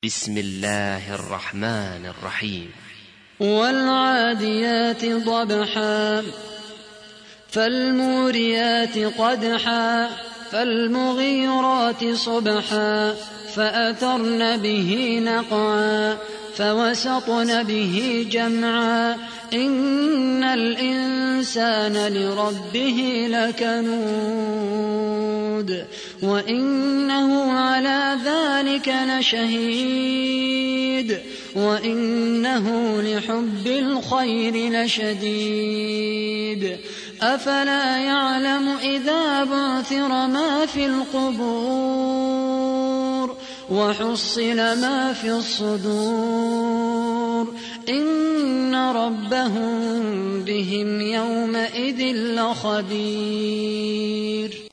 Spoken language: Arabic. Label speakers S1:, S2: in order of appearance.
S1: بسم الله الرحمن الرحيم.
S2: والعاديات ضبحا فالموريات قدحا فالمغيرات صبحا فأثرن به نقعا فوسطن به جمعا إن الإنسان لربه لكنود وإنه على ذلك لشهيد وإنه لحب الخير لشديد أفلا يعلم إذا بعثر ما في القبور وحصل ما في الصدور إن ربهم بهم يومئذ لخبير.